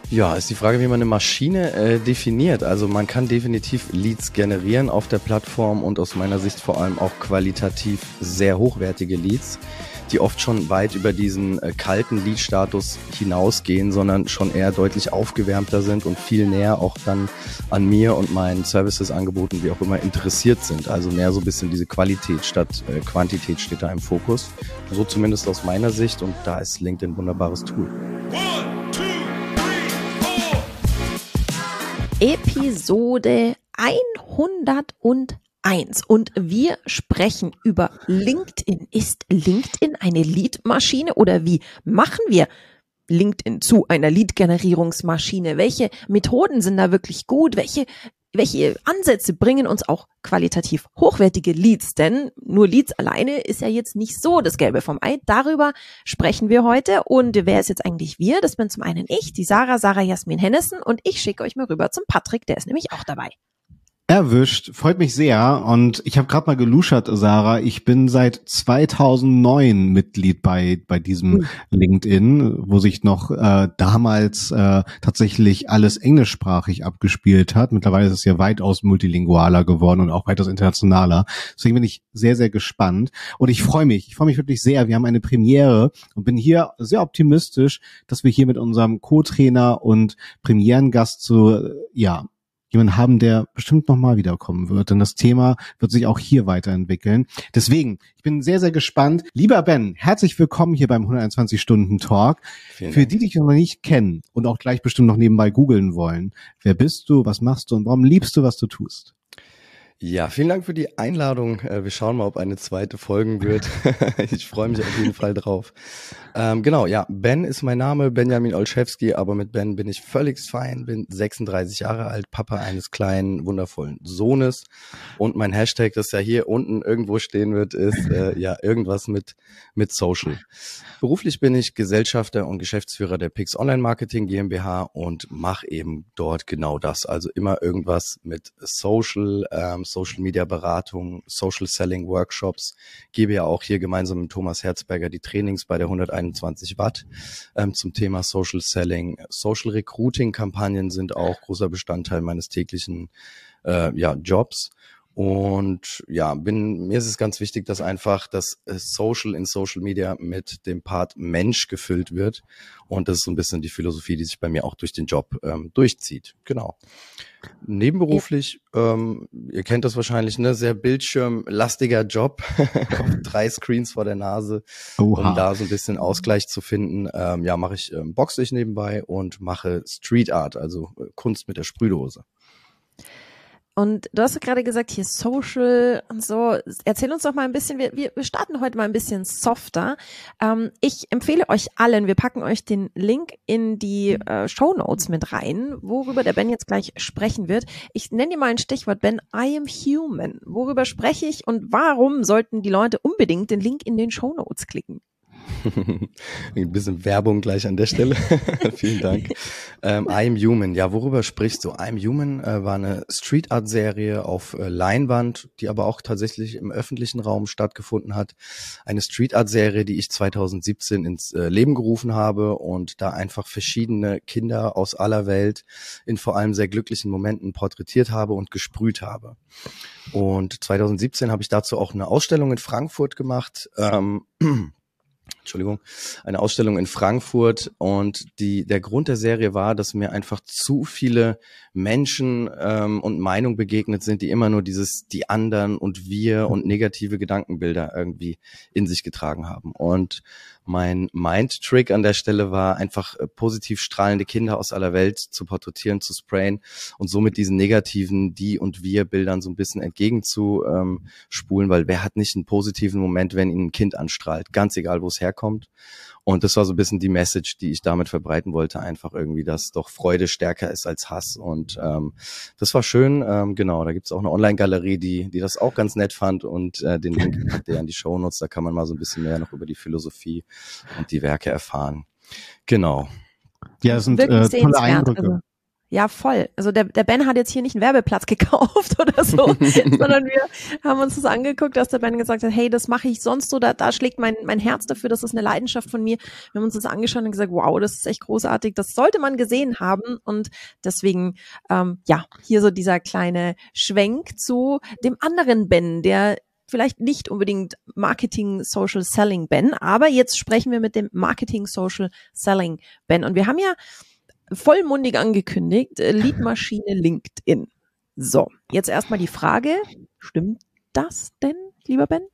Ja, ist die Frage, wie man eine Maschine definiert. Also man kann definitiv Leads generieren auf der Plattform und aus meiner Sicht vor allem auch qualitativ sehr hochwertige Leads, die oft schon weit über diesen kalten Lead-Status hinausgehen, sondern schon eher deutlich aufgewärmter sind und viel näher auch dann an mir und meinen Services, Angeboten, wie auch immer, interessiert sind. Also mehr so ein bisschen diese Qualität statt Quantität steht da im Fokus. So zumindest aus meiner Sicht, und da ist LinkedIn ein wunderbares Tool. Episode 101 und wir sprechen über LinkedIn. Ist LinkedIn eine Lead-Maschine oder wie machen wir LinkedIn zu einer Lead-Generierungsmaschine? Welche Methoden sind da wirklich gut? Welche Ansätze bringen uns auch qualitativ hochwertige Leads? Denn nur Leads alleine ist ja jetzt nicht so das Gelbe vom Ei. Darüber sprechen wir heute. Und wer ist jetzt eigentlich wir? Das bin zum einen ich, die Sarah Jasmin Hennessen, und ich schicke euch mal rüber zum Patrick, der ist nämlich auch dabei. Erwischt, freut mich sehr, und ich habe gerade mal geluschert, Sarah, ich bin seit 2009 Mitglied bei diesem LinkedIn, wo sich noch damals tatsächlich alles englischsprachig abgespielt hat. Mittlerweile ist es ja weitaus multilingualer geworden und auch weitaus internationaler. Deswegen bin ich sehr, sehr gespannt und ich freue mich wirklich sehr. Wir haben eine Premiere und bin hier sehr optimistisch, dass wir hier mit unserem Co-Trainer und Premierengast jemanden haben, der bestimmt nochmal wiederkommen wird, denn das Thema wird sich auch hier weiterentwickeln. Deswegen, ich bin sehr, sehr gespannt. Lieber Ben, herzlich willkommen hier beim 121-Stunden-Talk. Für die dich noch nicht kennen und auch gleich bestimmt noch nebenbei googeln wollen, wer bist du, was machst du und warum liebst du, was du tust? Ja, vielen Dank für die Einladung. Wir schauen mal, ob eine zweite folgen wird. Ich freue mich auf jeden Fall drauf. Ben ist mein Name, Benjamin Olszewski, aber mit Ben bin ich völlig fein, bin 36 Jahre alt, Papa eines kleinen, wundervollen Sohnes, und mein Hashtag, das ja hier unten irgendwo stehen wird, ist irgendwas mit Social. Beruflich bin ich Gesellschafter und Geschäftsführer der Pix Online Marketing GmbH und mache eben dort genau das, also immer irgendwas mit Social, Social Media Beratung, Social Selling Workshops, gebe ja auch hier gemeinsam mit Thomas Herzberger die Trainings bei der 121 Watt zum Thema Social Selling. Social Recruiting Kampagnen sind auch großer Bestandteil meines täglichen Jobs. Und mir ist es ganz wichtig, dass einfach das Social in Social Media mit dem Part Mensch gefüllt wird. Und das ist so ein bisschen die Philosophie, die sich bei mir auch durch den Job durchzieht. Genau. Nebenberuflich, ihr kennt das wahrscheinlich, ne, sehr bildschirmlastiger Job, 3 Screens vor der Nase, um da so ein bisschen Ausgleich zu finden. Boxe ich nebenbei und mache Street Art, also Kunst mit der Sprühdose. Und du hast gerade gesagt, hier Social und so. Erzähl uns doch mal ein bisschen, wir starten heute mal ein bisschen softer. Ich empfehle euch allen, wir packen euch den Link in die Shownotes mit rein, worüber der Ben jetzt gleich sprechen wird. Ich nenne dir mal ein Stichwort, Ben, I am human. Worüber spreche ich und warum sollten die Leute unbedingt den Link in den Shownotes klicken? Ein bisschen Werbung gleich an der Stelle. Vielen Dank. I am Human. Ja, worüber sprichst du? I am Human war eine Street Art Serie auf Leinwand, die aber auch tatsächlich im öffentlichen Raum stattgefunden hat. Eine Street Art Serie, die ich 2017 ins Leben gerufen habe und da einfach verschiedene Kinder aus aller Welt in vor allem sehr glücklichen Momenten porträtiert habe und gesprüht habe. Und 2017 habe ich dazu auch eine Ausstellung in Frankfurt gemacht. Eine Ausstellung in Frankfurt, und der Grund der Serie war, dass mir einfach zu viele Menschen und Meinungen begegnet sind, die immer nur die anderen und wir und negative Gedankenbilder irgendwie in sich getragen haben. Und mein Mind-Trick an der Stelle war einfach positiv strahlende Kinder aus aller Welt zu porträtieren, zu sprayen und somit diesen negativen Die- und Wir-Bildern so ein bisschen entgegenzuspulen, weil wer hat nicht einen positiven Moment, wenn ihn ein Kind anstrahlt, ganz egal, wo es herkommt. Und das war so ein bisschen die Message, die ich damit verbreiten wollte, einfach irgendwie, dass doch Freude stärker ist als Hass. Und das war schön. Da gibt's auch eine Online-Galerie, die das auch ganz nett fand, und den Link packt ihr an die Shownotes. Da kann man mal so ein bisschen mehr noch über die Philosophie und die Werke erfahren. Genau. Ja, das sind tolle Eindrücke. Ja, voll. Also der Ben hat jetzt hier nicht einen Werbeplatz gekauft oder so, sondern wir haben uns das angeguckt, dass der Ben gesagt hat, hey, das mache ich sonst so, da schlägt mein Herz dafür, das ist eine Leidenschaft von mir. Wir haben uns das angeschaut und gesagt, wow, das ist echt großartig, das sollte man gesehen haben und deswegen, hier so dieser kleine Schwenk zu dem anderen Ben, der vielleicht nicht unbedingt Marketing Social Selling Ben, aber jetzt sprechen wir mit dem Marketing Social Selling Ben und wir haben ja vollmundig angekündigt, Leadmaschine LinkedIn. So, jetzt erstmal die Frage, stimmt das denn, lieber Ben?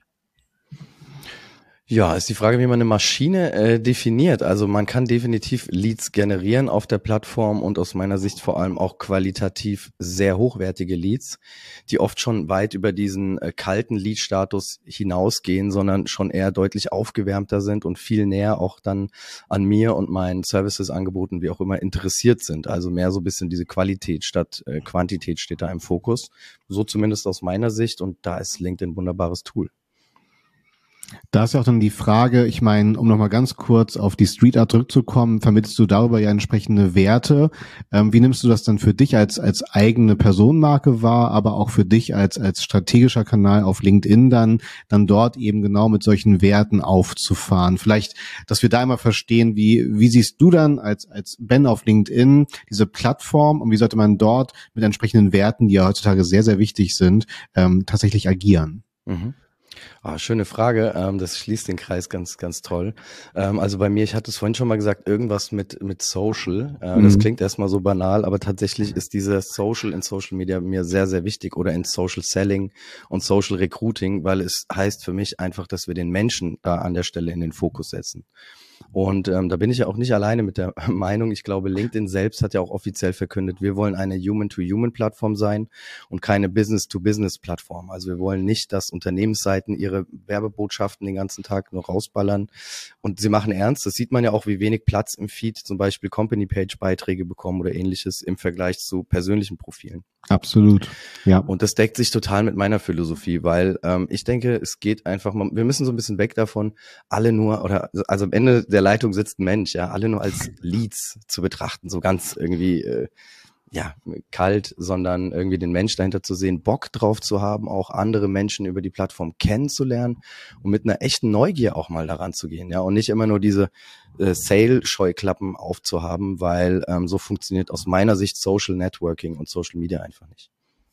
Ja, ist die Frage, wie man eine Maschine definiert. Also man kann definitiv Leads generieren auf der Plattform und aus meiner Sicht vor allem auch qualitativ sehr hochwertige Leads, die oft schon weit über diesen kalten Lead-Status hinausgehen, sondern schon eher deutlich aufgewärmter sind und viel näher auch dann an mir und meinen Services, Angeboten, wie auch immer, interessiert sind. Also mehr so ein bisschen diese Qualität statt Quantität steht da im Fokus. So zumindest aus meiner Sicht und da ist LinkedIn ein wunderbares Tool. Da ist ja auch dann die Frage, ich meine, um nochmal ganz kurz auf die Street Art zurückzukommen, vermittelst du darüber ja entsprechende Werte. Wie nimmst du das dann für dich als eigene Personenmarke wahr, aber auch für dich als strategischer Kanal auf LinkedIn dann dort eben genau mit solchen Werten aufzufahren? Vielleicht, dass wir da einmal verstehen, wie siehst du dann als Ben auf LinkedIn diese Plattform und wie sollte man dort mit entsprechenden Werten, die ja heutzutage sehr, sehr wichtig sind, tatsächlich agieren? Mhm. Schöne Frage. Das schließt den Kreis ganz, ganz toll. Also bei mir, ich hatte es vorhin schon mal gesagt, irgendwas mit Social. Das klingt erstmal so banal, aber tatsächlich ist dieses Social in Social Media mir sehr, sehr wichtig oder in Social Selling und Social Recruiting, weil es heißt für mich einfach, dass wir den Menschen da an der Stelle in den Fokus setzen. Und da bin ich ja auch nicht alleine mit der Meinung. Ich glaube, LinkedIn selbst hat ja auch offiziell verkündet, wir wollen eine Human-to-Human-Plattform sein und keine Business-to-Business-Plattform. Also wir wollen nicht, dass Unternehmensseiten ihre Werbebotschaften den ganzen Tag nur rausballern. Und sie machen ernst. Das sieht man ja auch, wie wenig Platz im Feed zum Beispiel Company-Page-Beiträge bekommen oder ähnliches im Vergleich zu persönlichen Profilen. Absolut, ja. Und das deckt sich total mit meiner Philosophie, weil ich denke, es geht einfach, wir müssen so ein bisschen weg davon, alle nur, oder also am Ende der Leitung sitzt ein Mensch, ja, alle nur als Leads zu betrachten, so ganz irgendwie kalt, sondern irgendwie den Mensch dahinter zu sehen, Bock drauf zu haben, auch andere Menschen über die Plattform kennenzulernen und mit einer echten Neugier auch mal daran zu gehen, ja, und nicht immer nur diese Sale-Scheuklappen aufzuhaben, weil so funktioniert aus meiner Sicht Social Networking und Social Media einfach nicht.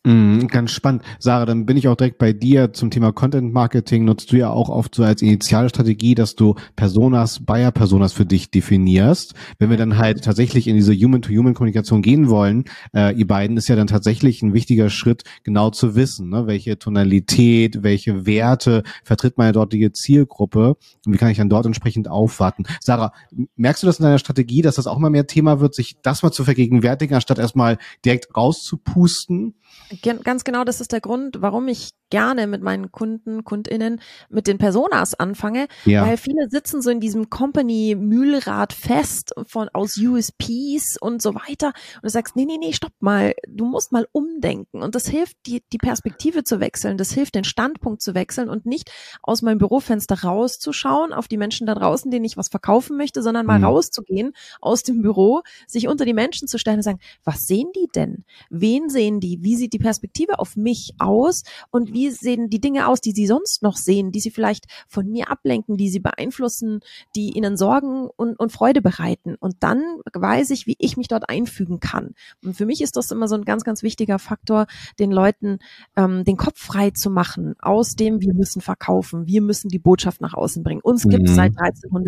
Ganz spannend. Sarah, dann bin ich auch direkt bei dir zum Thema Content Marketing. Nutzt du ja auch oft so als initiale Strategie, dass du Buyer-Personas für dich definierst. Wenn wir dann halt tatsächlich in diese Human-to-Human-Kommunikation gehen wollen, ihr beiden, ist ja dann tatsächlich ein wichtiger Schritt, genau zu wissen, ne, welche Tonalität, welche Werte vertritt meine dortige Zielgruppe und wie kann ich dann dort entsprechend aufwarten. Sarah, merkst du das in deiner Strategie, dass das auch immer mehr Thema wird, sich das mal zu vergegenwärtigen, anstatt erstmal direkt rauszupusten? Ganz genau, das ist der Grund, warum ich gerne mit meinen KundInnen mit den Personas anfange, weil viele sitzen so in diesem Company-Mühlrad fest aus USPs und so weiter und du sagst, nee, stopp mal, du musst mal umdenken und das hilft, die Perspektive zu wechseln, das hilft, den Standpunkt zu wechseln und nicht aus meinem Bürofenster rauszuschauen auf die Menschen da draußen, denen ich was verkaufen möchte, sondern mal rauszugehen aus dem Büro, sich unter die Menschen zu stellen und sagen, was sehen die denn? Wen sehen die? Wie sieht die Perspektive auf mich aus und wie sehen die Dinge aus, die sie sonst noch sehen, die sie vielleicht von mir ablenken, die sie beeinflussen, die ihnen Sorgen und Freude bereiten. Und dann weiß ich, wie ich mich dort einfügen kann. Und für mich ist das immer so ein ganz, ganz wichtiger Faktor, den Leuten den Kopf frei zu machen aus dem, wir müssen verkaufen, wir müssen die Botschaft nach außen bringen. Uns gibt es seit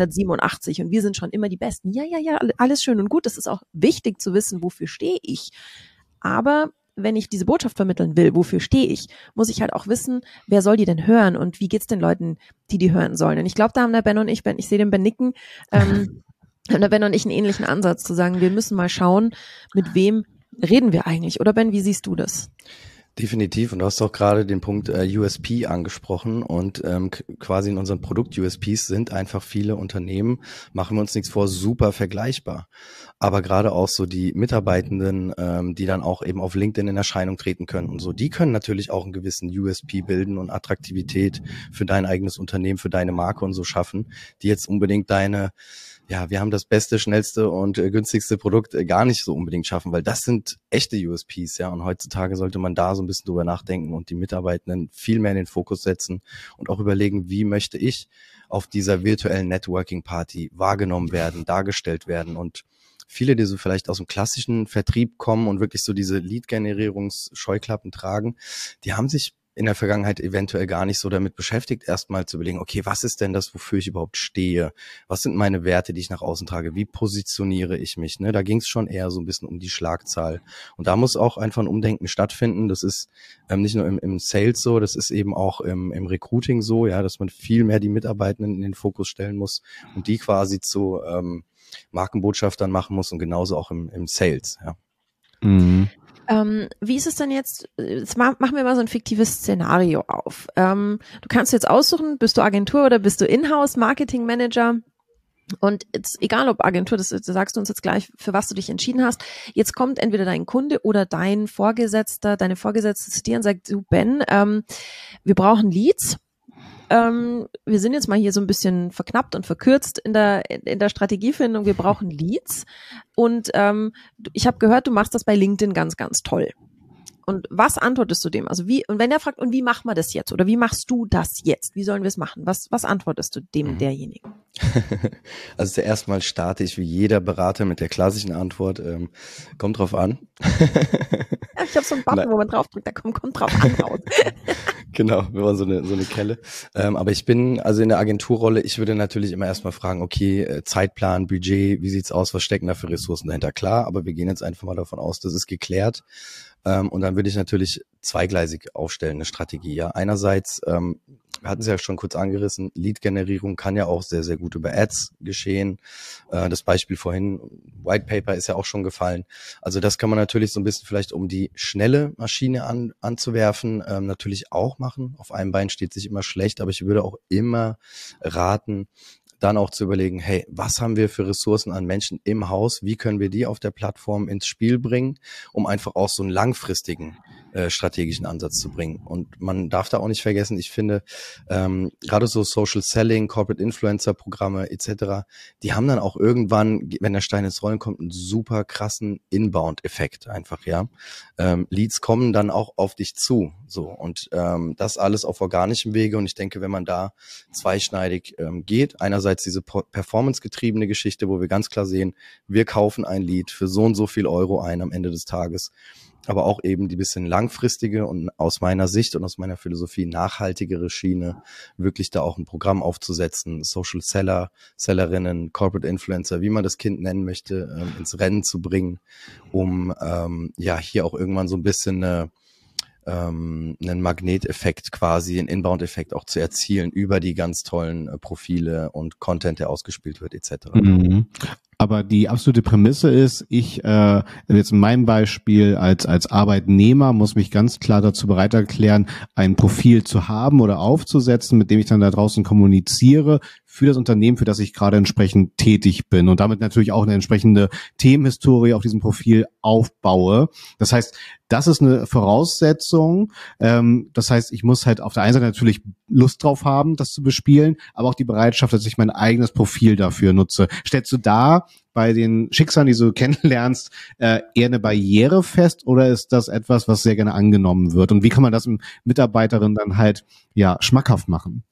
1387 und wir sind schon immer die Besten. Ja, alles schön und gut. Das ist auch wichtig zu wissen, wofür stehe ich. Aber wenn ich diese Botschaft vermitteln will, wofür stehe ich, muss ich halt auch wissen, wer soll die denn hören und wie geht's den Leuten, die hören sollen. Und ich glaube, da haben der Ben und ich sehe den Ben nicken, haben der Ben und ich einen ähnlichen Ansatz zu sagen, wir müssen mal schauen, mit wem reden wir eigentlich. Oder Ben, wie siehst du das? Definitiv. Und du hast auch gerade den Punkt USP angesprochen und quasi in unseren Produkt-USPs sind einfach viele Unternehmen, machen wir uns nichts vor, super vergleichbar. Aber gerade auch so die Mitarbeitenden, die dann auch eben auf LinkedIn in Erscheinung treten können und so, die können natürlich auch einen gewissen USP bilden und Attraktivität für dein eigenes Unternehmen, für deine Marke und so schaffen, die jetzt unbedingt deine ja, wir haben das beste, schnellste und günstigste Produkt gar nicht so unbedingt schaffen, weil das sind echte USPs, ja. Und heutzutage sollte man da so ein bisschen drüber nachdenken und die Mitarbeitenden viel mehr in den Fokus setzen und auch überlegen, wie möchte ich auf dieser virtuellen Networking-Party wahrgenommen werden, dargestellt werden. Und viele, die so vielleicht aus dem klassischen Vertrieb kommen und wirklich so diese Lead-Generierungs-Scheuklappen tragen, die haben sich in der Vergangenheit eventuell gar nicht so damit beschäftigt, erstmal zu überlegen, okay, was ist denn das, wofür ich überhaupt stehe? Was sind meine Werte, die ich nach außen trage? Wie positioniere ich mich? Ne? Da ging es schon eher so ein bisschen um die Schlagzahl. Und da muss auch einfach ein Umdenken stattfinden. Das ist nicht nur im Sales so, das ist eben auch im Recruiting so, ja, dass man viel mehr die Mitarbeitenden in den Fokus stellen muss und die quasi zu Markenbotschaftern machen muss und genauso auch im Sales, ja. Mhm. Wie ist es denn jetzt machen wir mal so ein fiktives Szenario auf. Du kannst jetzt aussuchen, bist du Agentur oder bist du Inhouse Marketing Manager? Und jetzt, egal ob Agentur, das sagst du uns jetzt gleich, für was du dich entschieden hast. Jetzt kommt entweder dein Kunde oder dein Vorgesetzter, deine Vorgesetzte zu dir und sagt, du Ben, wir brauchen Leads. Wir sind jetzt mal hier so ein bisschen verknappt und verkürzt in der Strategiefindung. Wir brauchen Leads. Und ich habe gehört, du machst das bei LinkedIn ganz, ganz toll. Und was antwortest du dem? Also und wenn er fragt, und wie machen wir das jetzt? Oder wie machst du das jetzt? Wie sollen wir es machen? Was antwortest du derjenigen? Also zuerst mal starte ich wie jeder Berater mit der klassischen Antwort, kommt drauf an. Ja, ich habe so einen Button, wo man draufdrückt, da kommt drauf an raus. Genau, wir waren so eine Kelle. Aber ich bin also in der Agenturrolle, ich würde natürlich immer erstmal fragen, okay, Zeitplan, Budget, wie sieht's aus, was stecken da für Ressourcen dahinter? Klar, aber wir gehen jetzt einfach mal davon aus, das ist geklärt. Und dann würde ich natürlich zweigleisig aufstellen, eine Strategie. Ja, einerseits, wir hatten es ja schon kurz angerissen, Lead-Generierung kann ja auch sehr, sehr gut über Ads geschehen. Das Beispiel vorhin, White Paper ist ja auch schon gefallen. Also das kann man natürlich so ein bisschen vielleicht, um die schnelle Maschine anzuwerfen, natürlich auch machen. Auf einem Bein steht sich immer schlecht, aber ich würde auch immer raten, dann auch zu überlegen, hey, was haben wir für Ressourcen an Menschen im Haus? Wie können wir die auf der Plattform ins Spiel bringen, um einfach auch so einen langfristigen strategischen Ansatz zu bringen? Und man darf da auch nicht vergessen, ich finde, gerade so Social Selling, Corporate Influencer Programme etc., die haben dann auch irgendwann, wenn der Stein ins Rollen kommt, einen super krassen Inbound-Effekt einfach, ja. Leads kommen dann auch auf dich zu, so. Und das alles auf organischem Wege. Und ich denke, wenn man da zweischneidig geht, einerseits diese performance-getriebene Geschichte, wo wir ganz klar sehen, wir kaufen ein Lead für so und so viel Euro ein am Ende des Tages, aber auch eben die bisschen langfristige und aus meiner Sicht und aus meiner Philosophie nachhaltigere Schiene, wirklich da auch ein Programm aufzusetzen, Social Seller, Sellerinnen, Corporate Influencer, wie man das Kind nennen möchte, ins Rennen zu bringen, um ja hier auch irgendwann so ein bisschen einen Magneteffekt quasi, einen Inbound-Effekt auch zu erzielen über die ganz tollen Profile und Content, der ausgespielt wird etc. Mhm. Aber die absolute Prämisse ist, ich jetzt in meinem Beispiel als Arbeitnehmer muss mich ganz klar dazu bereit erklären, ein Profil zu haben oder aufzusetzen, mit dem ich dann da draußen kommuniziere für das Unternehmen, für das ich gerade entsprechend tätig bin und damit natürlich auch eine entsprechende Themenhistorie auf diesem Profil aufbaue. Das heißt, das ist eine Voraussetzung. Das heißt, ich muss halt auf der einen Seite natürlich Lust drauf haben, das zu bespielen, aber auch die Bereitschaft, dass ich mein eigenes Profil dafür nutze. Stellst du da bei den Schicksalen, die du kennenlernst, eher eine Barriere fest oder ist das etwas, was sehr gerne angenommen wird? Und wie kann man das Mitarbeiterinnen dann halt ja schmackhaft machen?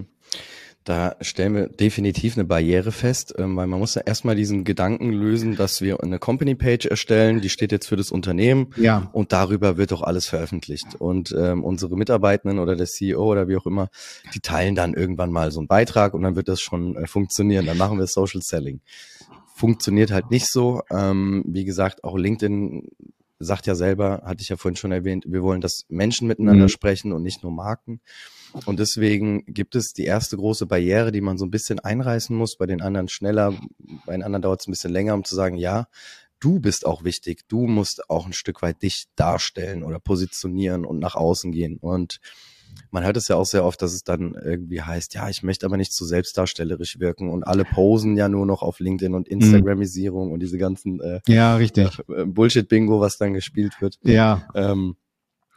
Da stellen wir definitiv eine Barriere fest, weil man muss ja erstmal diesen Gedanken lösen, dass wir eine Company-Page erstellen, die steht jetzt für das Unternehmen und darüber wird auch alles veröffentlicht. Und unsere Mitarbeitenden oder der CEO oder wie auch immer, die teilen dann irgendwann mal so einen Beitrag und dann wird das schon funktionieren. Dann machen wir Social Selling. Funktioniert halt nicht so. Wie gesagt, auch LinkedIn sagt ja selber, hatte ich ja vorhin schon erwähnt, wir wollen, dass Menschen miteinander sprechen und nicht nur Marken. Und deswegen gibt es die erste große Barriere, die man so ein bisschen einreißen muss, bei den anderen schneller, bei den anderen dauert es ein bisschen länger, um zu sagen, ja, du bist auch wichtig, du musst auch ein Stück weit dich darstellen oder positionieren und nach außen gehen. Und man hört es ja auch sehr oft, dass es dann irgendwie heißt, ja, ich möchte aber nicht zu selbstdarstellerisch wirken und alle posen ja nur noch auf LinkedIn und Instagramisierung und diese ganzen ja, richtig. Bullshit-Bingo, was dann gespielt wird. Ja.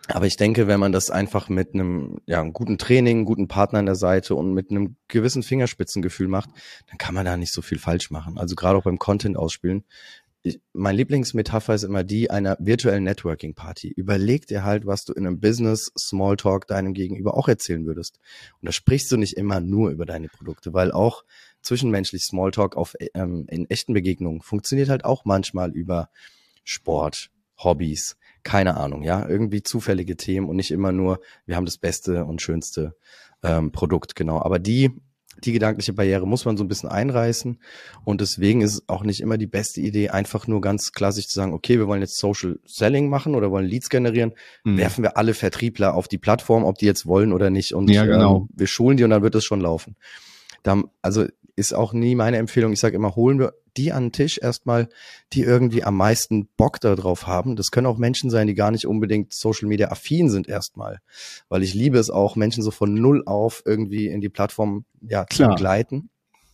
Aber ich denke, wenn man das einfach mit einem guten Training, einem guten Partner an der Seite und mit einem gewissen Fingerspitzengefühl macht, dann kann man da nicht so viel falsch machen. Also gerade auch beim Content ausspielen. Mein Lieblingsmetapher ist immer die einer virtuellen Networking-Party. Überleg dir halt, was du in einem Business Smalltalk deinem Gegenüber auch erzählen würdest. Und da sprichst du nicht immer nur über deine Produkte, weil auch zwischenmenschlich Smalltalk in echten Begegnungen funktioniert halt auch manchmal über Sport, Hobbys, keine Ahnung, ja, irgendwie zufällige Themen und nicht immer nur, wir haben das beste und schönste Produkt, genau. Aber die gedankliche Barriere muss man so ein bisschen einreißen und deswegen ist es auch nicht immer die beste Idee, einfach nur ganz klassisch zu sagen, okay, wir wollen jetzt Social Selling machen oder wollen Leads generieren, werfen wir alle Vertriebler auf die Plattform, ob die jetzt wollen oder nicht und genau. Wir schulen die und dann wird es schon laufen. Also ist auch nie meine Empfehlung, ich sage immer, holen wir die an den Tisch erstmal, die irgendwie am meisten Bock da drauf haben. Das können auch Menschen sein, die gar nicht unbedingt Social Media affin sind erstmal, weil ich liebe es auch, Menschen so von null auf irgendwie in die Plattform zu begleiten.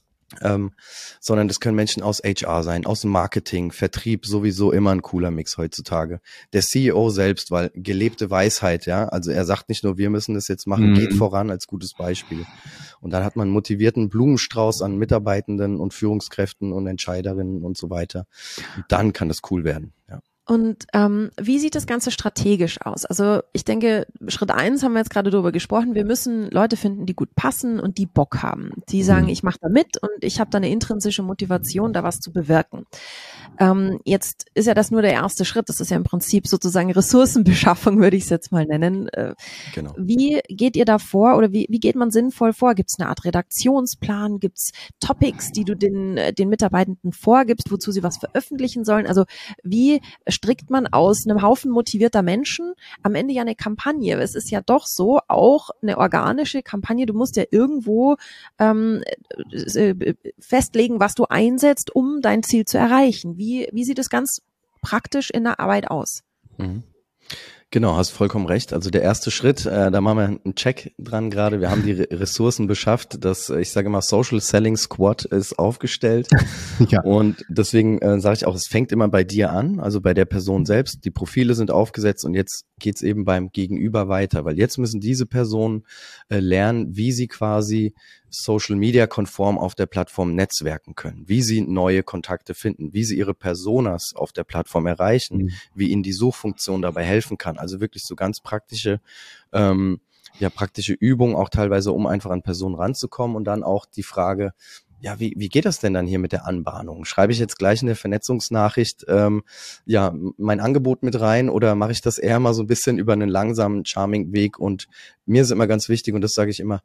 Sondern das können Menschen aus HR sein, aus dem Marketing, Vertrieb, sowieso immer ein cooler Mix heutzutage. Der CEO selbst, weil gelebte Weisheit, ja, also er sagt nicht nur, wir müssen das jetzt machen, geht voran als gutes Beispiel. Und dann hat man einen motivierten Blumenstrauß an Mitarbeitenden und Führungskräften und Entscheiderinnen und so weiter. Und dann kann das cool werden, ja. Und wie sieht das Ganze strategisch aus? Also ich denke, Schritt 1 haben wir jetzt gerade darüber gesprochen, wir müssen Leute finden, die gut passen und die Bock haben. Die sagen, ich mache da mit und ich habe da eine intrinsische Motivation, da was zu bewirken. Jetzt ist ja das nur der erste Schritt, das ist ja im Prinzip sozusagen Ressourcenbeschaffung, würde ich es jetzt mal nennen. Genau. Wie geht ihr da vor oder wie geht man sinnvoll vor? Gibt es eine Art Redaktionsplan? Gibt es Topics, die du den Mitarbeitenden vorgibst, wozu sie was veröffentlichen sollen? Also wie strickt man aus einem Haufen motivierter Menschen am Ende ja eine Kampagne? Es ist ja doch so, auch eine organische Kampagne, du musst ja irgendwo festlegen, was du einsetzt, um dein Ziel zu erreichen. Wie sieht es ganz praktisch in der Arbeit aus? Genau, hast vollkommen recht. Also der erste Schritt, da machen wir einen Check dran gerade. Wir haben die Ressourcen beschafft. Das, ich sage immer, Social Selling Squad ist aufgestellt. Ja. Und deswegen sage ich auch, es fängt immer bei dir an, also bei der Person selbst. Die Profile sind aufgesetzt und jetzt geht's eben beim Gegenüber weiter, weil jetzt müssen diese Personen lernen, wie sie quasi Social Media konform auf der Plattform netzwerken können, wie sie neue Kontakte finden, wie sie ihre Personas auf der Plattform erreichen, wie ihnen die Suchfunktion dabei helfen kann. Also wirklich so ganz praktische Übungen auch teilweise, um einfach an Personen ranzukommen und dann auch die Frage, ja, wie geht das denn dann hier mit der Anbahnung? Schreibe ich jetzt gleich in der Vernetzungsnachricht mein Angebot mit rein oder mache ich das eher mal so ein bisschen über einen langsamen Charming-Weg? Und mir ist immer ganz wichtig, und das sage ich immer,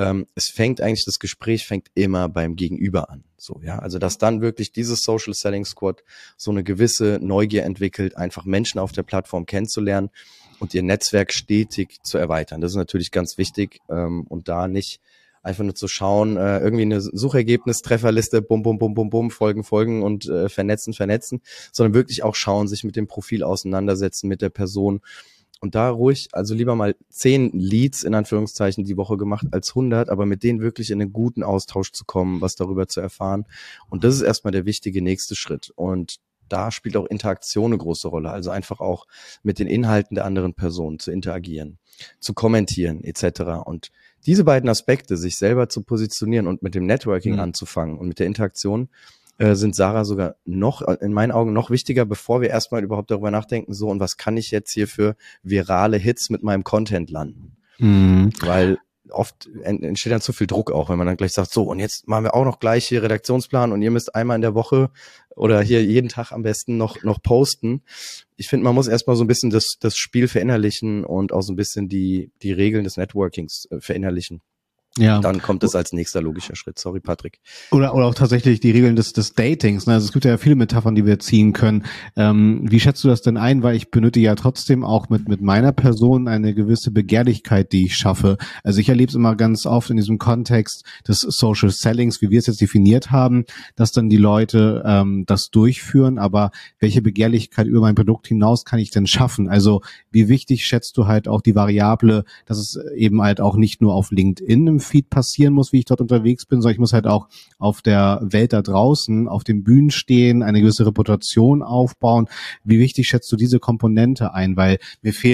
das Gespräch fängt immer beim Gegenüber an. So, ja, also dass dann wirklich dieses Social Selling Squad so eine gewisse Neugier entwickelt, einfach Menschen auf der Plattform kennenzulernen und ihr Netzwerk stetig zu erweitern. Das ist natürlich ganz wichtig und da nicht einfach nur zu schauen, irgendwie eine Suchergebnis-Trefferliste, bum, folgen und vernetzen, sondern wirklich auch schauen, sich mit dem Profil auseinandersetzen, mit der Person und da ruhig, also lieber mal 10 Leads in Anführungszeichen die Woche gemacht als 100, aber mit denen wirklich in einen guten Austausch zu kommen, was darüber zu erfahren und das ist erstmal der wichtige nächste Schritt und da spielt auch Interaktion eine große Rolle, also einfach auch mit den Inhalten der anderen Person zu interagieren, zu kommentieren etc. Und diese beiden Aspekte, sich selber zu positionieren und mit dem Networking anzufangen und mit der Interaktion, sind Sarah sogar noch, in meinen Augen, noch wichtiger, bevor wir erstmal überhaupt darüber nachdenken, so und was kann ich jetzt hier für virale Hits mit meinem Content landen? Weil oft entsteht dann zu viel Druck auch, wenn man dann gleich sagt, so und jetzt machen wir auch noch gleich hier Redaktionsplan und ihr müsst einmal in der Woche oder hier jeden Tag am besten noch posten. Ich finde, man muss erstmal so ein bisschen das Spiel verinnerlichen und auch so ein bisschen die Regeln des Networkings verinnerlichen. Ja. Dann kommt es als nächster logischer Schritt. Sorry, Patrick. Oder auch tatsächlich die Regeln des Datings. Also es gibt ja viele Metaphern, die wir ziehen können. Wie schätzt du das denn ein? Weil ich benötige ja trotzdem auch mit meiner Person eine gewisse Begehrlichkeit, die ich schaffe. Also ich erlebe es immer ganz oft in diesem Kontext des Social Sellings, wie wir es jetzt definiert haben, dass dann die Leute das durchführen. Aber welche Begehrlichkeit über mein Produkt hinaus kann ich denn schaffen? Also wie wichtig schätzt du halt auch die Variable, dass es eben halt auch nicht nur auf LinkedIn im Feed passieren muss, wie ich dort unterwegs bin, sondern ich muss halt auch auf der Welt da draußen, auf den Bühnen stehen, eine gewisse Reputation aufbauen. Wie wichtig schätzt du diese Komponente ein? Weil mir fehlt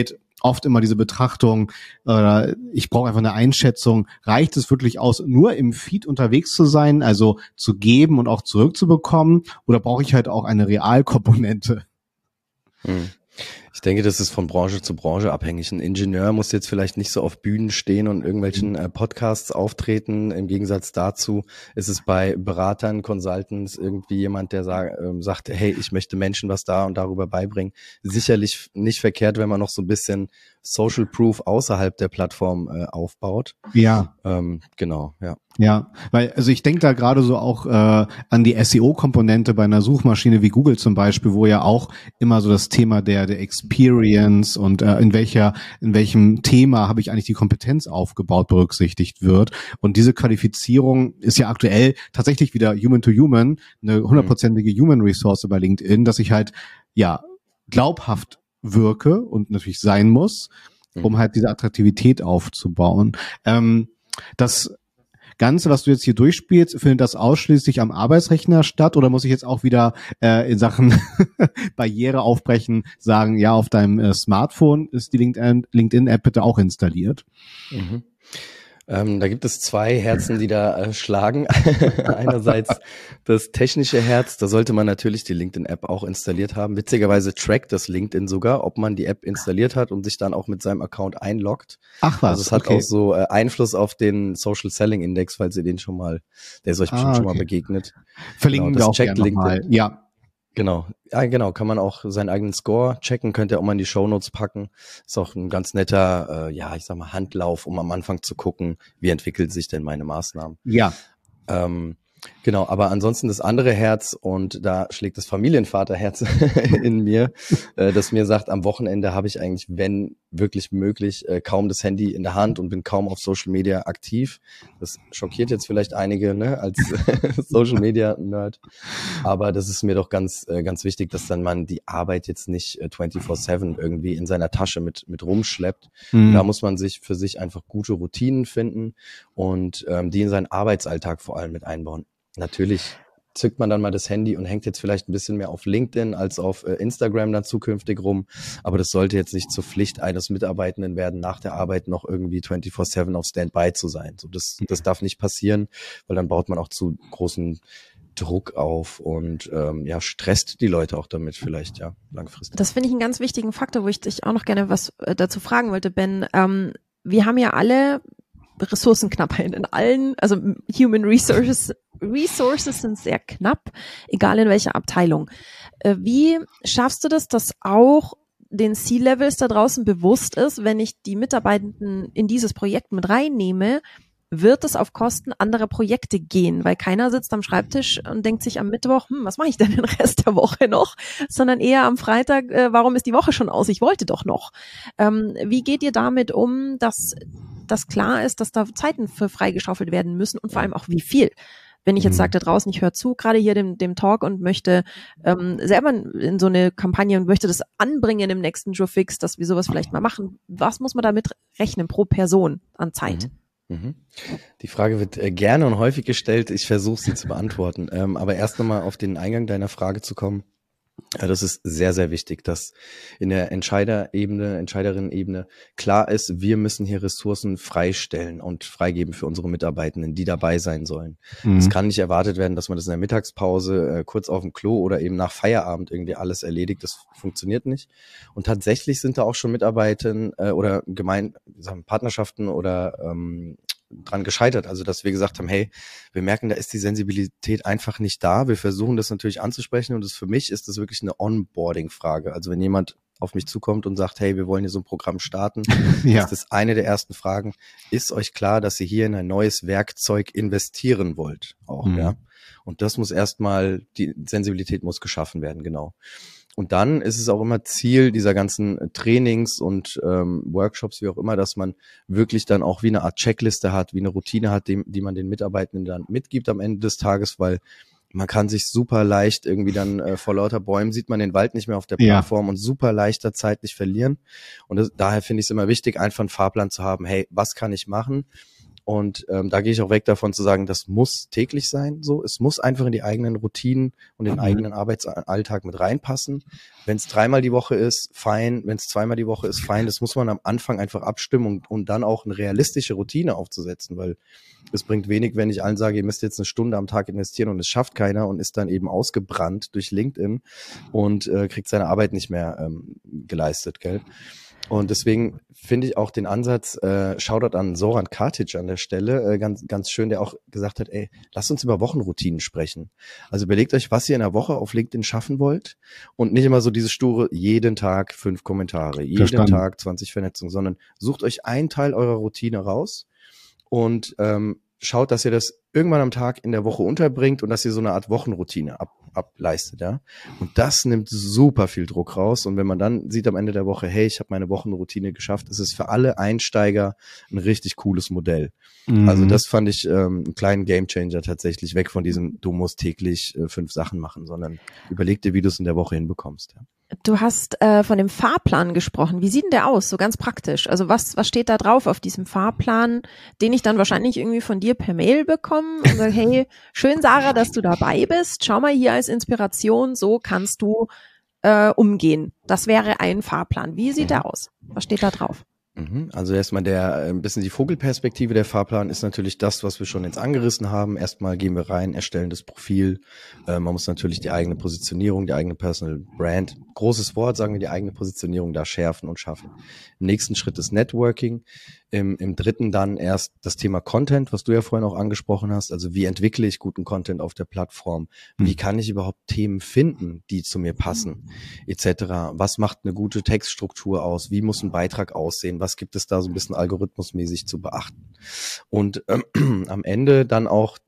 oft immer diese Betrachtung, ich brauche einfach eine Einschätzung, reicht es wirklich aus, nur im Feed unterwegs zu sein, also zu geben und auch zurückzubekommen, oder brauche ich halt auch eine Realkomponente? Ich denke, das ist von Branche zu Branche abhängig. Ein Ingenieur muss jetzt vielleicht nicht so auf Bühnen stehen und irgendwelchen Podcasts auftreten. Im Gegensatz dazu ist es bei Beratern, Consultants irgendwie jemand, der sagt, hey, ich möchte Menschen was da und darüber beibringen. Sicherlich nicht verkehrt, wenn man noch so ein bisschen Social Proof außerhalb der Plattform aufbaut. Ja. Genau, ja. Ja, weil, also ich denke da gerade so auch an die SEO-Komponente bei einer Suchmaschine wie Google zum Beispiel, wo ja auch immer so das Thema der Experience und in welchem Thema habe ich eigentlich die Kompetenz aufgebaut berücksichtigt wird. Und diese Qualifizierung ist ja aktuell tatsächlich wieder Human to Human, eine 100%ige Human Resource bei LinkedIn, dass ich halt ja glaubhaft wirke und natürlich sein muss, um halt diese Attraktivität aufzubauen. Das Ganze, was du jetzt hier durchspielst, findet das ausschließlich am Arbeitsrechner statt, oder muss ich jetzt auch wieder in Sachen Barriere aufbrechen, sagen, ja, auf deinem Smartphone ist die LinkedIn-App bitte auch installiert? Da gibt es zwei Herzen, die da schlagen. Einerseits das technische Herz, da sollte man natürlich die LinkedIn-App auch installiert haben. Witzigerweise trackt das LinkedIn sogar, ob man die App installiert hat und sich dann auch mit seinem Account einloggt. Ach was, also es hat auch so Einfluss auf den Social Selling Index, falls ihr den der ist euch bestimmt schon mal begegnet. Verlinken wir auch gerne nochmal. Ja. Genau, ja, genau, kann man auch seinen eigenen Score checken, könnt ihr auch mal in die Shownotes packen. Ist auch ein ganz netter, ich sag mal, Handlauf, um am Anfang zu gucken, wie entwickelt sich denn meine Maßnahmen. Ja. Genau, aber ansonsten das andere Herz, und da schlägt das Familienvaterherz in mir, das mir sagt, am Wochenende habe ich eigentlich, wenn wirklich möglich, kaum das Handy in der Hand und bin kaum auf Social Media aktiv. Das schockiert jetzt vielleicht einige, ne, als Social Media Nerd. Aber das ist mir doch ganz wichtig, dass dann man die Arbeit jetzt nicht 24/7 irgendwie in seiner Tasche mit rumschleppt. Da muss man sich für sich einfach gute Routinen finden und die in seinen Arbeitsalltag vor allem mit einbauen. Natürlich zückt man dann mal das Handy und hängt jetzt vielleicht ein bisschen mehr auf LinkedIn als auf Instagram dann zukünftig rum. Aber das sollte jetzt nicht zur Pflicht eines Mitarbeitenden werden, nach der Arbeit noch irgendwie 24/7 auf Standby zu sein. So, das darf nicht passieren, weil dann baut man auch zu großen Druck auf und stresst die Leute auch damit vielleicht, ja, langfristig. Das finde ich einen ganz wichtigen Faktor, wo ich dich auch noch gerne was dazu fragen wollte, Ben. Wir haben ja alle Ressourcenknappheit in allen, also Human Resources sind sehr knapp, egal in welcher Abteilung. Wie schaffst du das, dass auch den C-Levels da draußen bewusst ist, wenn ich die Mitarbeitenden in dieses Projekt mit reinnehme, wird es auf Kosten anderer Projekte gehen, weil keiner sitzt am Schreibtisch und denkt sich am Mittwoch, was mache ich denn den Rest der Woche noch, sondern eher am Freitag, warum ist die Woche schon aus, ich wollte doch noch. Wie geht ihr damit um, dass das klar ist, dass da Zeiten für freigeschaufelt werden müssen und vor allem auch wie viel? Wenn ich jetzt sage da draußen, ich höre zu, gerade hier dem Talk und möchte selber in so eine Kampagne und möchte das anbringen im nächsten Joe Fix, dass wir sowas vielleicht mal machen, was muss man damit rechnen pro Person an Zeit? Die Frage wird gerne und häufig gestellt. Ich versuche sie zu beantworten. Aber erst nochmal auf den Eingang deiner Frage zu kommen. Das ist sehr, sehr wichtig, dass in der Entscheiderinnen-Ebene klar ist, wir müssen hier Ressourcen freistellen und freigeben für unsere Mitarbeitenden, die dabei sein sollen. Es kann nicht erwartet werden, dass man das in der Mittagspause kurz auf dem Klo oder eben nach Feierabend irgendwie alles erledigt. Das funktioniert nicht. Und tatsächlich sind da auch schon Mitarbeitenden oder Partnerschaften oder dran gescheitert. Also, dass wir gesagt haben, hey, wir merken, da ist die Sensibilität einfach nicht da. Wir versuchen das natürlich anzusprechen und für mich ist das wirklich eine Onboarding-Frage. Also, wenn jemand auf mich zukommt und sagt, hey, wir wollen hier so ein Programm starten, ist das eine der ersten Fragen. Ist euch klar, dass ihr hier in ein neues Werkzeug investieren wollt? Auch, ja. Und das muss erstmal, die Sensibilität muss geschaffen werden, genau. Und dann ist es auch immer Ziel dieser ganzen Trainings und Workshops, wie auch immer, dass man wirklich dann auch wie eine Art Checkliste hat, wie eine Routine hat, die man den Mitarbeitenden dann mitgibt am Ende des Tages, weil man kann sich super leicht irgendwie dann vor lauter Bäumen sieht man den Wald nicht mehr auf der Plattform und super leichter zeitlich verlieren. Und daher finde ich es immer wichtig, einfach einen Fahrplan zu haben, hey, was kann ich machen? Und da gehe ich auch weg davon zu sagen, das muss täglich sein. So, es muss einfach in die eigenen Routinen und den eigenen Arbeitsalltag mit reinpassen. Wenn es 3-mal die Woche ist, fein. Wenn es 2-mal die Woche ist, fein. Das muss man am Anfang einfach abstimmen und dann auch eine realistische Routine aufzusetzen, weil es bringt wenig, wenn ich allen sage, ihr müsst jetzt 1 Stunde am Tag investieren und es schafft keiner und ist dann eben ausgebrannt durch LinkedIn und kriegt seine Arbeit nicht mehr geleistet, gell? Und deswegen finde ich auch den Ansatz, Shoutout an Zoran Kartic an der Stelle, ganz, ganz schön, der auch gesagt hat, ey, lasst uns über Wochenroutinen sprechen. Also überlegt euch, was ihr in der Woche auf LinkedIn schaffen wollt und nicht immer so diese sture, jeden Tag 5 Kommentare, jeden Tag 20 Vernetzungen, sondern sucht euch einen Teil eurer Routine raus und schaut, dass ihr das irgendwann am Tag in der Woche unterbringt und dass ihr so eine Art Wochenroutine ableistet, ja. Und das nimmt super viel Druck raus. Und wenn man dann sieht am Ende der Woche, hey, ich habe meine Wochenroutine geschafft, ist es für alle Einsteiger ein richtig cooles Modell. Also das fand ich einen kleinen Gamechanger tatsächlich, weg von diesem, du musst täglich 5 Sachen machen, sondern überleg dir, wie du es in der Woche hinbekommst, ja. Du hast von dem Fahrplan gesprochen. Wie sieht denn der aus, so ganz praktisch? Also was steht da drauf auf diesem Fahrplan, den ich dann wahrscheinlich irgendwie von dir per Mail bekomme und sage, hey, schön Sarah, dass du dabei bist. Schau mal hier als Inspiration, so kannst du umgehen. Das wäre ein Fahrplan. Wie sieht der aus? Was steht da drauf? Also erstmal ein bisschen die Vogelperspektive. Der Fahrplan ist natürlich das, was wir schon jetzt angerissen haben. Erstmal gehen wir rein, erstellen das Profil. Man muss natürlich die eigene Positionierung, die eigene Personal Brand, großes Wort, sagen wir, die eigene Positionierung da schärfen und schaffen. Im nächsten Schritt ist Networking. Im dritten dann erst das Thema Content, was du ja vorhin auch angesprochen hast. Also wie entwickle ich guten Content auf der Plattform? Wie kann ich überhaupt Themen finden, die zu mir passen, etc.? Was macht eine gute Textstruktur aus? Wie muss ein Beitrag aussehen? Was gibt es da so ein bisschen algorithmusmäßig zu beachten? Und am Ende dann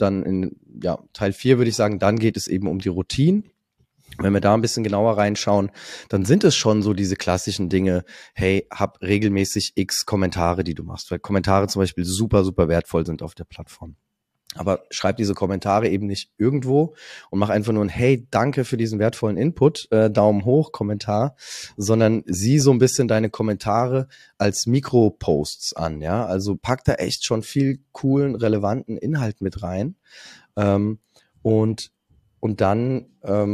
in Teil 4 würde ich sagen, dann geht es eben um die Routinen. Wenn wir da ein bisschen genauer reinschauen, dann sind es schon so diese klassischen Dinge, hey, hab regelmäßig x Kommentare, die du machst, weil Kommentare zum Beispiel super, super wertvoll sind auf der Plattform. Aber schreib diese Kommentare eben nicht irgendwo und mach einfach nur ein Hey, danke für diesen wertvollen Input, Daumen hoch, Kommentar, sondern sieh so ein bisschen deine Kommentare als Mikroposts an, ja. Also pack da echt schon viel coolen, relevanten Inhalt mit rein. Und dann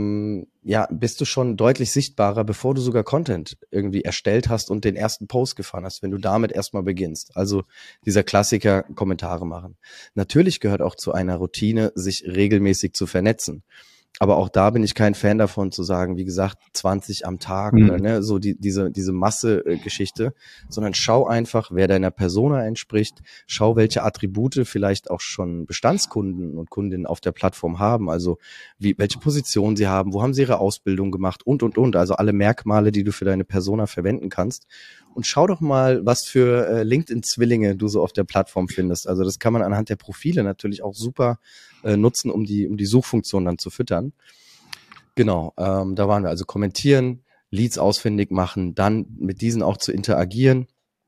bist du schon deutlich sichtbarer, bevor du sogar Content irgendwie erstellt hast und den ersten Post gefahren hast, wenn du damit erstmal beginnst. Also dieser Klassiker, Kommentare machen. Natürlich gehört auch zu einer Routine, sich regelmäßig zu vernetzen. Aber auch da bin ich kein Fan davon zu sagen, wie gesagt, 20 am Tag oder so diese Masse-Geschichte, sondern schau einfach, wer deiner Persona entspricht, schau, welche Attribute vielleicht auch schon Bestandskunden und Kundinnen auf der Plattform haben, also welche Position sie haben, wo haben sie ihre Ausbildung gemacht und, also alle Merkmale, die du für deine Persona verwenden kannst. Und schau doch mal, was für LinkedIn-Zwillinge du so auf der Plattform findest. Also das kann man anhand der Profile natürlich auch super nutzen, um die Suchfunktion dann zu füttern. Genau, da waren wir. Also kommentieren, Leads ausfindig machen, dann mit diesen auch zu interagieren.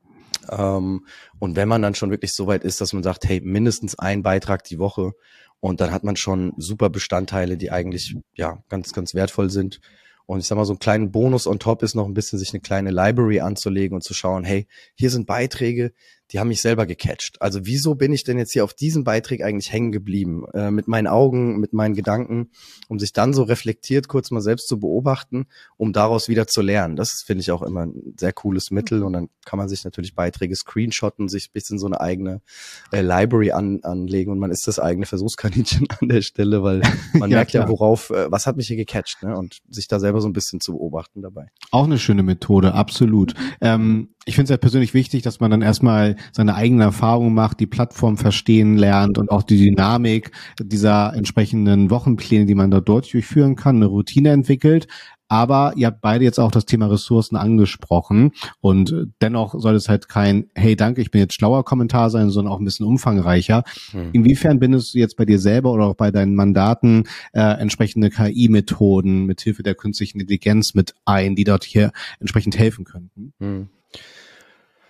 Und wenn man dann schon wirklich so weit ist, dass man sagt, hey, mindestens ein Beitrag die Woche, und dann hat man schon super Bestandteile, die eigentlich ganz, ganz wertvoll sind. Und ich sag mal, so einen kleinen Bonus on top ist noch ein bisschen, sich eine kleine Library anzulegen und zu schauen, hey, hier sind Beiträge, die haben mich selber gecatcht. Also wieso bin ich denn jetzt hier auf diesem Beitrag eigentlich hängen geblieben? Mit meinen Augen, mit meinen Gedanken, um sich dann so reflektiert kurz mal selbst zu beobachten, um daraus wieder zu lernen. Das finde ich auch immer ein sehr cooles Mittel. Und dann kann man sich natürlich Beiträge screenshotten, sich ein bisschen so eine eigene Library anlegen und man ist das eigene Versuchskaninchen an der Stelle, weil man merkt ja, was hat mich hier gecatcht, ne? Und sich da selber so ein bisschen zu beobachten dabei. Auch eine schöne Methode, absolut. Ich finde es ja persönlich wichtig, dass man dann erstmal seine eigenen Erfahrungen macht, die Plattform verstehen lernt und auch die Dynamik dieser entsprechenden Wochenpläne, die man dort durchführen kann, eine Routine entwickelt. Aber ihr habt beide jetzt auch das Thema Ressourcen angesprochen und dennoch soll es halt kein Hey, danke, ich bin jetzt schlauer Kommentar sein, sondern auch ein bisschen umfangreicher. Inwiefern bindest du jetzt bei dir selber oder auch bei deinen Mandaten entsprechende KI-Methoden mit Hilfe der künstlichen Intelligenz mit ein, die dort hier entsprechend helfen könnten?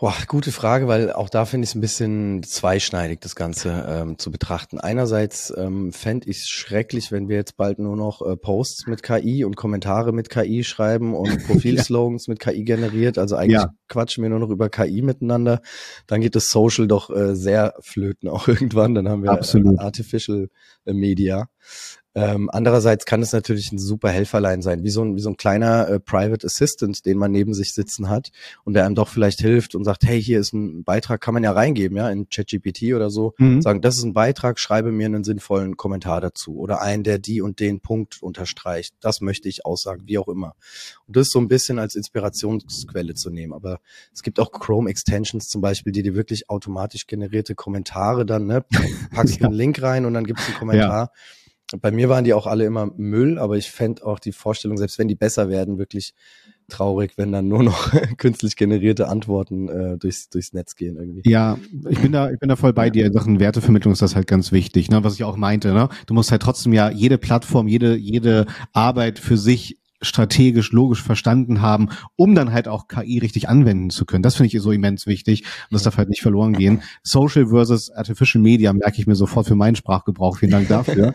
Boah, gute Frage, weil auch da finde ich es ein bisschen zweischneidig, das Ganze zu betrachten. Einerseits fände ich es schrecklich, wenn wir jetzt bald nur noch Posts mit KI und Kommentare mit KI schreiben und Profilslogans mit KI generiert. Also eigentlich quatschen wir nur noch über KI miteinander. Dann geht das Social doch sehr flöten auch irgendwann. Dann haben wir Artificial Media. Andererseits kann es natürlich ein super Helferlein sein, wie so ein kleiner Private Assistant, den man neben sich sitzen hat und der einem doch vielleicht hilft und sagt, hey, hier ist ein Beitrag, kann man ja reingeben, ja, in ChatGPT oder so, sagen, das ist ein Beitrag, schreibe mir einen sinnvollen Kommentar dazu oder einen, der die und den Punkt unterstreicht. Das möchte ich aussagen, wie auch immer. Und das so ein bisschen als Inspirationsquelle zu nehmen. Aber es gibt auch Chrome-Extensions zum Beispiel, die dir wirklich automatisch generierte Kommentare dann, ne, packst einen Link rein und dann gibt's einen Kommentar. Bei mir waren die auch alle immer Müll, aber ich fände auch die Vorstellung, selbst wenn die besser werden, wirklich traurig, wenn dann nur noch künstlich generierte Antworten durchs Netz gehen irgendwie. Ja, ich bin da voll bei dir. In Sachen Wertevermittlung ist das halt ganz wichtig, ne? Was ich auch meinte, ne? Du musst halt trotzdem ja jede Plattform, jede Arbeit für sich strategisch, logisch verstanden haben, um dann halt auch KI richtig anwenden zu können. Das finde ich so immens wichtig und das darf halt nicht verloren gehen. Social versus Artificial Media merke ich mir sofort für meinen Sprachgebrauch. Vielen Dank dafür.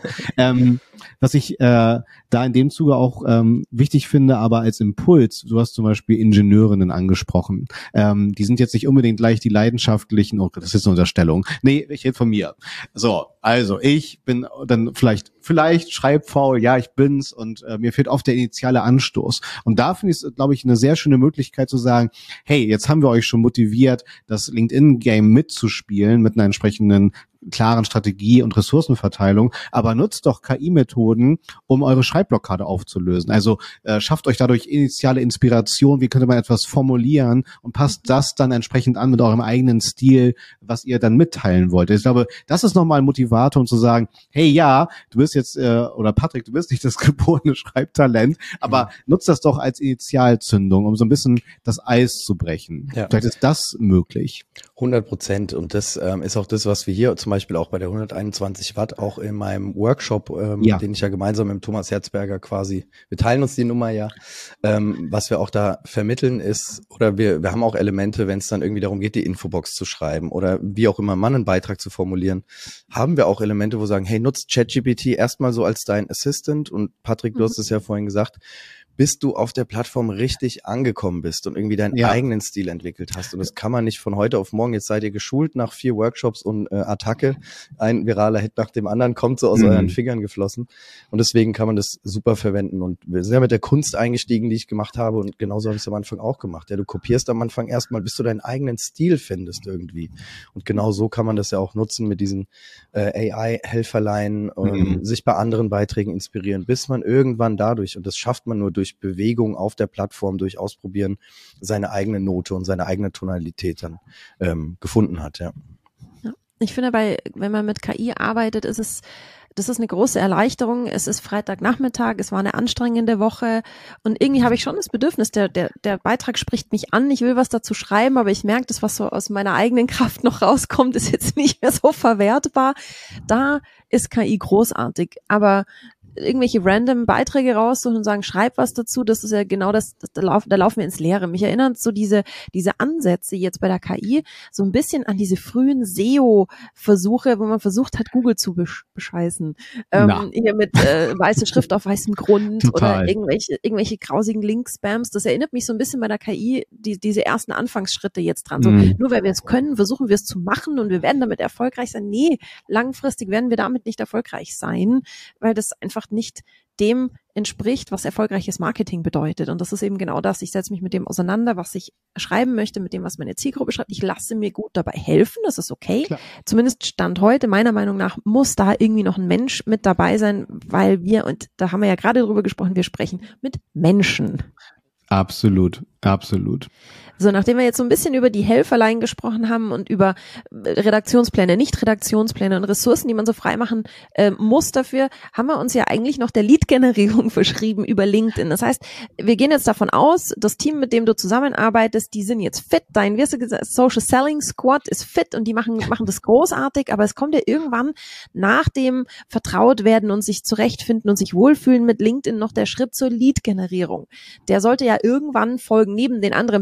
Was ich da in dem Zuge auch wichtig finde, aber als Impuls, du hast zum Beispiel Ingenieurinnen angesprochen. Die sind jetzt nicht unbedingt gleich die leidenschaftlichen, oh, das ist jetzt eine Unterstellung. Nee, ich rede von mir. So, also ich bin dann vielleicht schreibfaul, ja, ich bin's und mir fehlt oft der initiale Anstoß. Und da finde ich es, glaube ich, eine sehr schöne Möglichkeit zu sagen, hey, jetzt haben wir euch schon motiviert, das LinkedIn-Game mitzuspielen mit einer entsprechenden klaren Strategie und Ressourcenverteilung, aber nutzt doch KI-Methoden, um eure Schreibblockade aufzulösen. Also schafft euch dadurch initiale Inspiration, wie könnte man etwas formulieren und passt das dann entsprechend an mit eurem eigenen Stil, was ihr dann mitteilen wollt. Ich glaube, das ist nochmal ein Motivator, um zu sagen, hey ja, du bist jetzt, oder Patrick, du bist nicht das geborene Schreibtalent, aber nutzt das doch als Initialzündung, um so ein bisschen das Eis zu brechen. Ja. Vielleicht ist das möglich. 100%. Und das ist auch das, was wir hier zum Beispiel auch bei der 121 Watt auch in meinem Workshop, den ich ja gemeinsam mit Thomas Herzberger quasi, wir teilen uns die Nummer ja, was wir auch da vermitteln ist, oder wir haben auch Elemente, wenn es dann irgendwie darum geht, die Infobox zu schreiben oder wie auch immer man einen Beitrag zu formulieren, haben wir auch Elemente, wo wir sagen, hey, nutzt ChatGPT erstmal so als dein Assistant und Patrick, du hast es ja vorhin gesagt, bis du auf der Plattform richtig angekommen bist und irgendwie deinen eigenen Stil entwickelt hast. Und das kann man nicht von heute auf morgen. Jetzt seid ihr geschult nach 4 Workshops und Attacke. Ein viraler Hit nach dem anderen kommt so aus euren Fingern geflossen. Und deswegen kann man das super verwenden. Und wir sind ja mit der Kunst eingestiegen, die ich gemacht habe. Und genauso habe ich es am Anfang auch gemacht. Ja, du kopierst am Anfang erstmal, bis du deinen eigenen Stil findest irgendwie. Und genau so kann man das ja auch nutzen mit diesen AI-Helferlein, sich bei anderen Beiträgen inspirieren, bis man irgendwann dadurch, und das schafft man nur durch Bewegung auf der Plattform, durch Ausprobieren, seine eigene Note und seine eigene Tonalität dann gefunden hat, ja. Ich finde, wenn man mit KI arbeitet, das ist eine große Erleichterung. Es ist Freitagnachmittag, es war eine anstrengende Woche und irgendwie habe ich schon das Bedürfnis, der Beitrag spricht mich an, ich will was dazu schreiben, aber ich merke, das, was so aus meiner eigenen Kraft noch rauskommt, ist jetzt nicht mehr so verwertbar. Da ist KI großartig, aber irgendwelche random Beiträge raussuchen und sagen, schreib was dazu, das ist ja genau das, da laufen wir ins Leere. Mich erinnern so diese Ansätze jetzt bei der KI so ein bisschen an diese frühen SEO-Versuche, wo man versucht hat, Google zu bescheißen. Hier mit weiße Schrift auf weißem Grund oder irgendwelche grausigen Link-Spams. Das erinnert mich so ein bisschen bei der KI, diese ersten Anfangsschritte jetzt dran. So, nur weil wir es können, versuchen wir es zu machen und wir werden damit erfolgreich sein. Nee, langfristig werden wir damit nicht erfolgreich sein, weil das einfach nicht dem entspricht, was erfolgreiches Marketing bedeutet. Und das ist eben genau das. Ich setze mich mit dem auseinander, was ich schreiben möchte, mit dem, was meine Zielgruppe schreibt. Ich lasse mir gut dabei helfen, das ist okay. Klar. Zumindest Stand heute, meiner Meinung nach, muss da irgendwie noch ein Mensch mit dabei sein, weil wir, und da haben wir ja gerade drüber gesprochen, wir sprechen mit Menschen. Absolut, absolut. So, nachdem wir jetzt so ein bisschen über die Helferlein gesprochen haben und über Redaktionspläne, Nicht-Redaktionspläne und Ressourcen, die man so freimachen muss dafür, haben wir uns ja eigentlich noch der Lead-Generierung verschrieben über LinkedIn. Das heißt, wir gehen jetzt davon aus, das Team, mit dem du zusammenarbeitest, die sind jetzt fit, dein Social Selling Squad ist fit und die machen das großartig, aber es kommt ja irgendwann nach dem Vertrautwerden und sich zurechtfinden und sich wohlfühlen mit LinkedIn noch der Schritt zur Lead-Generierung. Der sollte ja irgendwann folgen, neben den anderen Benefits,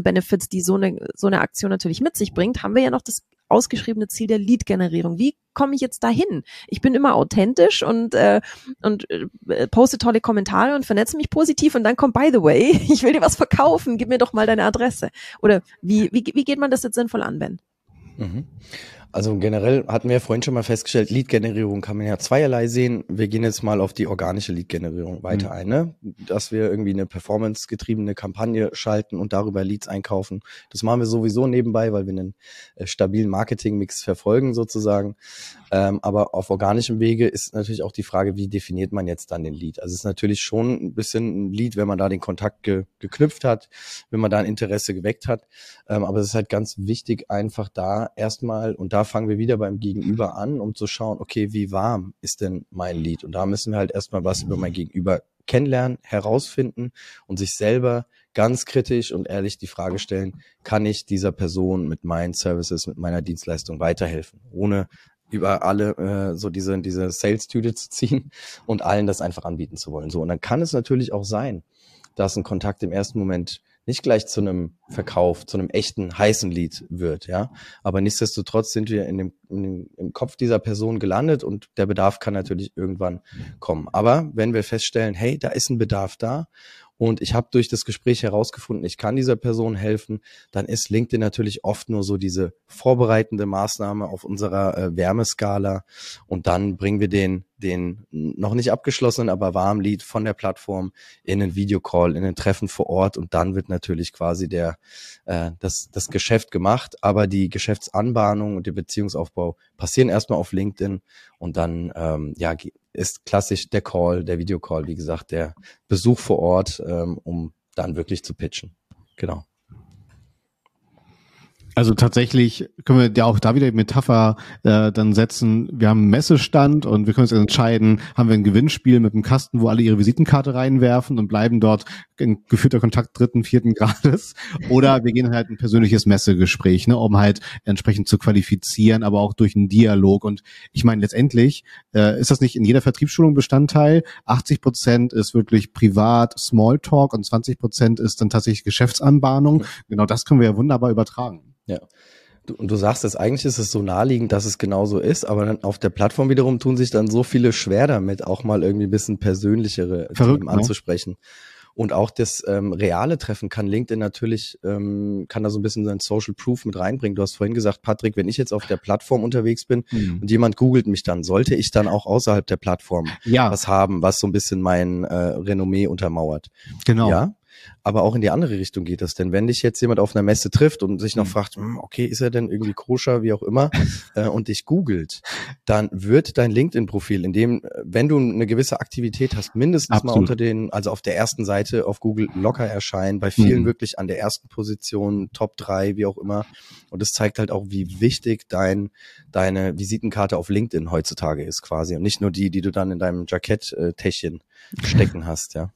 Benefits, die so eine Aktion natürlich mit sich bringt, haben wir ja noch das ausgeschriebene Ziel der Lead-Generierung. Wie komme ich jetzt dahin? Ich bin immer authentisch und poste tolle Kommentare und vernetze mich positiv und dann kommt, by the way, ich will dir was verkaufen, gib mir doch mal deine Adresse. Oder wie geht man das jetzt sinnvoll an, Ben? Also generell hatten wir ja vorhin schon mal festgestellt, Lead-Generierung kann man ja zweierlei sehen. Wir gehen jetzt mal auf die organische Lead-Generierung weiter ein, ne? Dass wir irgendwie eine performance-getriebene Kampagne schalten und darüber Leads einkaufen. Das machen wir sowieso nebenbei, weil wir einen stabilen Marketing-Mix verfolgen sozusagen. Aber auf organischem Wege ist natürlich auch die Frage, wie definiert man jetzt dann den Lead? Also es ist natürlich schon ein bisschen ein Lead, wenn man da den Kontakt geknüpft hat, wenn man da ein Interesse geweckt hat. Aber es ist halt ganz wichtig, einfach da erstmal, und da fangen wir wieder beim Gegenüber an, um zu schauen, okay, wie warm ist denn mein Lead? Und da müssen wir halt erstmal was über mein Gegenüber kennenlernen, herausfinden und sich selber ganz kritisch und ehrlich die Frage stellen, kann ich dieser Person mit meinen Services, mit meiner Dienstleistung weiterhelfen, ohne über alle so diese Sales-Tüte zu ziehen und allen das einfach anbieten zu wollen. So, und dann kann es natürlich auch sein, dass ein Kontakt im ersten Moment nicht gleich zu einem Verkauf, zu einem echten heißen Lead wird, ja. Aber nichtsdestotrotz sind wir im Kopf dieser Person gelandet und der Bedarf kann natürlich irgendwann kommen. Aber wenn wir feststellen, hey, da ist ein Bedarf da und ich habe durch das Gespräch herausgefunden, ich kann dieser Person helfen, dann ist LinkedIn natürlich oft nur so diese vorbereitende Maßnahme auf unserer Wärmeskala und dann bringen wir den noch nicht abgeschlossenen, aber warmen Lead von der Plattform in einen Videocall, in ein Treffen vor Ort und dann wird natürlich quasi das Geschäft gemacht, aber die Geschäftsanbahnung und der Beziehungsaufbau passieren erstmal auf LinkedIn und dann ist klassisch der Videocall, wie gesagt, der Besuch vor Ort, um dann wirklich zu pitchen. Genau. Also tatsächlich können wir ja auch da wieder die Metapher dann setzen, wir haben einen Messestand und wir können uns entscheiden, haben wir ein Gewinnspiel mit einem Kasten, wo alle ihre Visitenkarte reinwerfen und bleiben dort in geführter Kontakt 3., 4. Grades oder wir gehen halt ein persönliches Messegespräch, ne, um halt entsprechend zu qualifizieren, aber auch durch einen Dialog und ich meine letztendlich ist das nicht in jeder Vertriebsschulung Bestandteil, 80% ist wirklich privat Smalltalk und 20% ist dann tatsächlich Geschäftsanbahnung, genau das können wir ja wunderbar übertragen. Ja. Und du sagst es, eigentlich ist es so naheliegend, dass es genauso ist, aber dann auf der Plattform wiederum tun sich dann so viele schwer damit, auch mal irgendwie ein bisschen persönlichere Themen anzusprechen. Ne? Und auch das reale Treffen kann LinkedIn natürlich, kann da so ein bisschen sein Social Proof mit reinbringen. Du hast vorhin gesagt, Patrick, wenn ich jetzt auf der Plattform unterwegs bin und jemand googelt mich dann, sollte ich dann auch außerhalb der Plattform was haben, was so ein bisschen mein Renommee untermauert. Genau. Ja. Aber auch in die andere Richtung geht das. Denn wenn dich jetzt jemand auf einer Messe trifft und sich noch fragt, okay, ist er denn irgendwie koscher, wie auch immer, und dich googelt, dann wird dein LinkedIn-Profil, in dem, wenn du eine gewisse Aktivität hast, mindestens mal also auf der ersten Seite auf Google locker erscheinen, bei vielen wirklich an der ersten Position, Top 3, wie auch immer. Und das zeigt halt auch, wie wichtig deine Visitenkarte auf LinkedIn heutzutage ist quasi. Und nicht nur die du dann in deinem Jackett-Täschchen stecken hast, ja.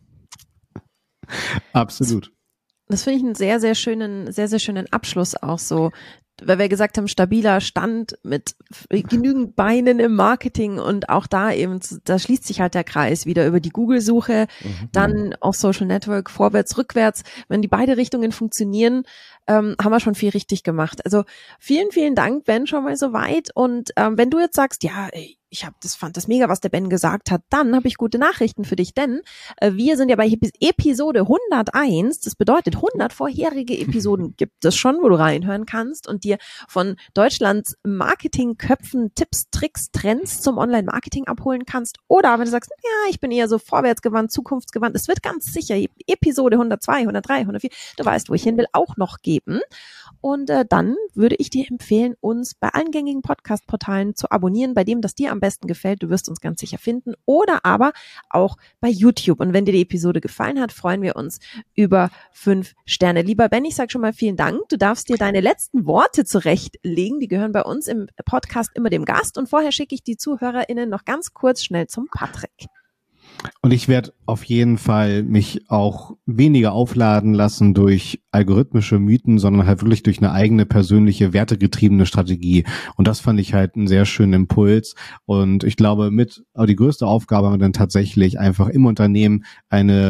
Absolut. Das finde ich einen sehr, sehr schönen Abschluss auch so, weil wir gesagt haben, stabiler Stand mit genügend Beinen im Marketing und auch da eben, da schließt sich halt der Kreis wieder über die Google-Suche, dann auf Social Network, vorwärts, rückwärts. Wenn die beide Richtungen funktionieren, haben wir schon viel richtig gemacht. Also vielen, vielen Dank, Ben, schon mal so weit. Und wenn du jetzt sagst, ja, fand das mega, was der Ben gesagt hat, dann habe ich gute Nachrichten für dich, denn wir sind ja bei Episode 101, das bedeutet 100 vorherige Episoden gibt es schon, wo du reinhören kannst und dir von Deutschlands Marketingköpfen Tipps, Tricks, Trends zum Online-Marketing abholen kannst. Oder wenn du sagst, ja, ich bin eher so vorwärtsgewandt, zukunftsgewandt, es wird ganz sicher Episode 102, 103, 104, du weißt, wo ich hin will, auch noch geben. Und dann würde ich dir empfehlen, uns bei allen gängigen Podcast-Portalen zu abonnieren, bei dem das dir am besten gefällt. Du wirst uns ganz sicher finden. Oder aber auch bei YouTube. Und wenn dir die Episode gefallen hat, freuen wir uns über 5 Sterne. Lieber Ben, ich sage schon mal vielen Dank. Du darfst dir deine letzten Worte zurechtlegen. Die gehören bei uns im Podcast immer dem Gast. Und vorher schicke ich die ZuhörerInnen noch ganz kurz schnell zum Patrick. Und ich werde auf jeden Fall mich auch weniger aufladen lassen durch algorithmische Mythen, sondern halt wirklich durch eine eigene persönliche, wertegetriebene Strategie. Und das fand ich halt einen sehr schönen Impuls. Und ich glaube, aber die größte Aufgabe haben wir dann tatsächlich einfach im Unternehmen eine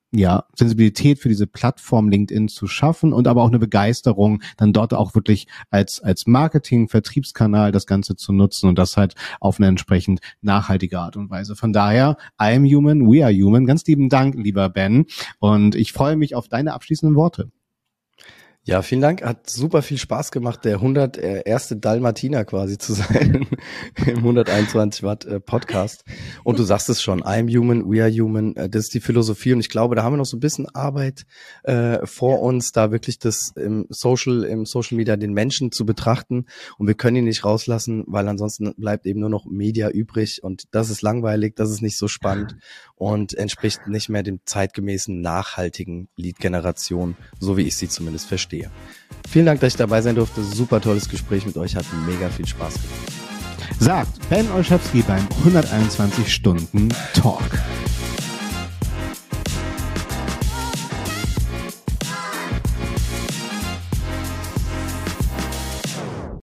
Sensibilität für diese Plattform LinkedIn zu schaffen und aber auch eine Begeisterung, dann dort auch wirklich als Marketing, Vertriebskanal das Ganze zu nutzen und das halt auf eine entsprechend nachhaltige Art und Weise. Von daher, I am human, we are human. Ganz lieben Dank, lieber Ben. Und ich freue mich auf deine abschließenden Worte. Ja, vielen Dank. Hat super viel Spaß gemacht, der 101. Dalmatiner quasi zu sein im 121 Watt Podcast. Und du sagst es schon, I'm human, we are human. Das ist die Philosophie und ich glaube, da haben wir noch so ein bisschen Arbeit vor uns, da wirklich das im Social Media den Menschen zu betrachten. Und wir können ihn nicht rauslassen, weil ansonsten bleibt eben nur noch Media übrig und das ist langweilig, das ist nicht so spannend und entspricht nicht mehr dem zeitgemäßen, nachhaltigen Lead-Generation, so wie ich sie zumindest verstehe. Vielen Dank, dass ich dabei sein durfte. Super tolles Gespräch mit euch, hat mega viel Spaß gemacht. Sagt Ben Olszewski beim 121 Stunden Talk.